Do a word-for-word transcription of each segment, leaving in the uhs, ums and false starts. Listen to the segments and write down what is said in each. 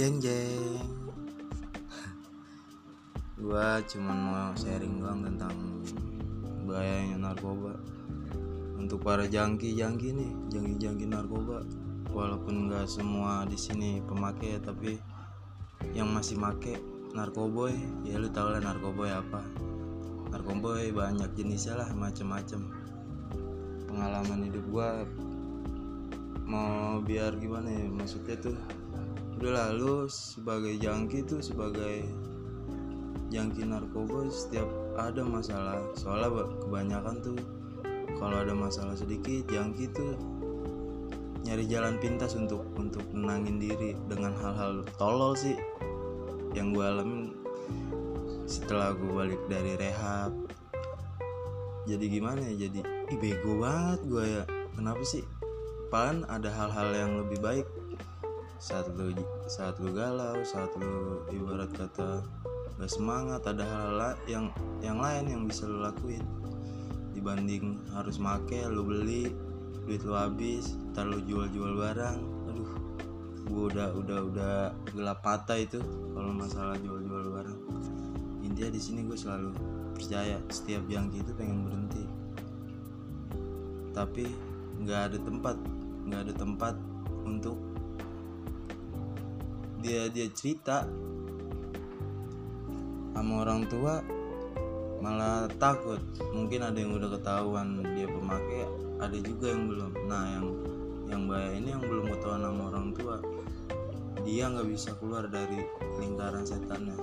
Jeng jeng. Gua cuman mau sharing doang tentang bahayanya narkoba. Untuk para jangki-jangki nih, jangki-jangki narkoba. Walaupun nggak semua di sini pemakai, tapi yang masih make narkoboy, ya lu tau lah narkoboy apa. Narkoboy banyak jenisnya lah, macem-macem. Pengalaman hidup gua mau biar gimana ya, maksudnya tuh udah lalu sebagai jangki tuh, sebagai jangki narkoba setiap ada masalah. Soalnya kebanyakan tuh kalau ada masalah sedikit, jangki tuh nyari jalan pintas untuk untuk menangin diri dengan hal-hal tolol sih yang gue alamin setelah gue balik dari rehab. Jadi gimana ya, jadi ih, bego banget gue ya. Kenapa sih? Padahal ada hal-hal yang lebih baik saat lu saat lu galau, saat lu ibarat kata gak semangat, ada hal-hal yang yang lain yang bisa lu lakuin dibanding harus make, lu beli, duit lu habis, ntar lu jual-jual barang. Aduh, gua udah udah udah gelap mata itu kalau masalah jual-jual barang. Intinya di sini gue selalu percaya setiap jangki itu pengen berhenti, tapi nggak ada tempat nggak ada tempat untuk dia dia cerita sama orang tua, malah takut. Mungkin ada yang udah ketahuan dia pemakai, ada juga yang belum. Nah yang yang bahaya ini yang belum ketahuan sama orang tua, dia nggak bisa keluar dari lingkaran setannya.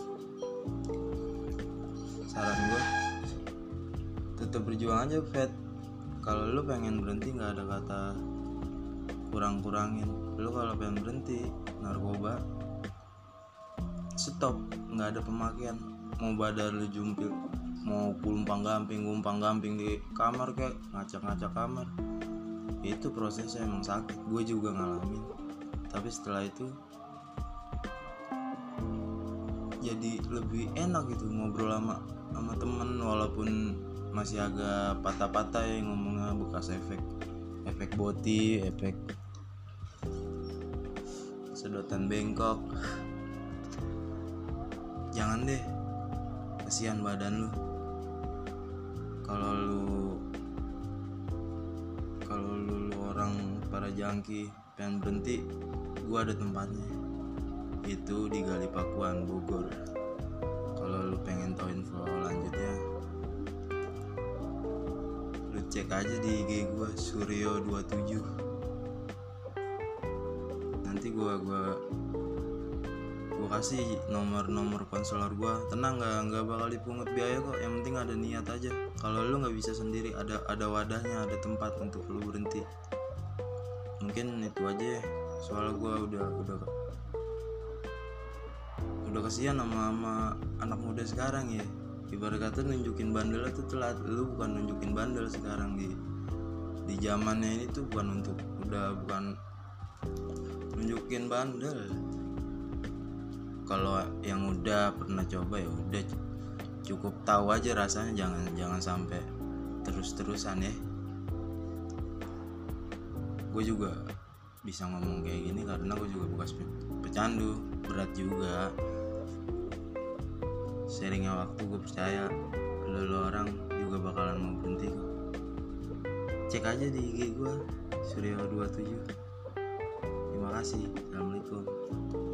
Saran gue, tetap berjuang aja Fet. Kalau lu pengen berhenti nggak ada kata kurang-kurangin. Lu kalau pengen berhenti narkoba, stop, nggak ada pemakaian. Mau badar lu jumpil, mau gumpang gamping gumpang gamping di kamar kayak ngacak-ngacak kamar, itu prosesnya emang sakit. Gue juga ngalamin, tapi setelah itu jadi lebih enak gitu ngobrol sama sama temen, walaupun masih agak patah-patah ya ngomongnya, bekas efek efek boti, efek sedotan bengkok. Jangan deh, kasihan badan lu. Kalau lu kalau lu, lu orang para jangki pengen berhenti, gua ada tempatnya. Itu di Gali Pakuan, Bogor. Kalau lu pengen tahu info lanjutnya, lu cek aja di I G gua Suryo dua puluh tujuh. Nanti gua gua gua kasih nomor-nomor konselor gua. Tenang, nggak nggak bakal dipungut biaya kok, yang penting ada niat aja. Kalau lu nggak bisa sendiri, ada ada wadahnya, ada tempat untuk lu berhenti. Mungkin itu aja ya, soalnya gua udah udah udah kasihan sama, sama anak muda sekarang ya. Ibarat kata nunjukin bandel itu telat. Lu bukan nunjukin bandel sekarang di di zamannya ini tuh, bukan untuk udah bukan nunjukin bandel. Kalau yang udah pernah coba ya udah cukup tahu aja rasanya, jangan jangan sampai terus-terusan ya. Gue juga bisa ngomong kayak gini karena gue juga bekas pecandu, berat juga. Sharingnya waktu, gue percaya lo orang juga bakalan mau berhenti kok. Cek aja di I G gue Suryo dua puluh tujuh. Terima kasih. Assalamualaikum.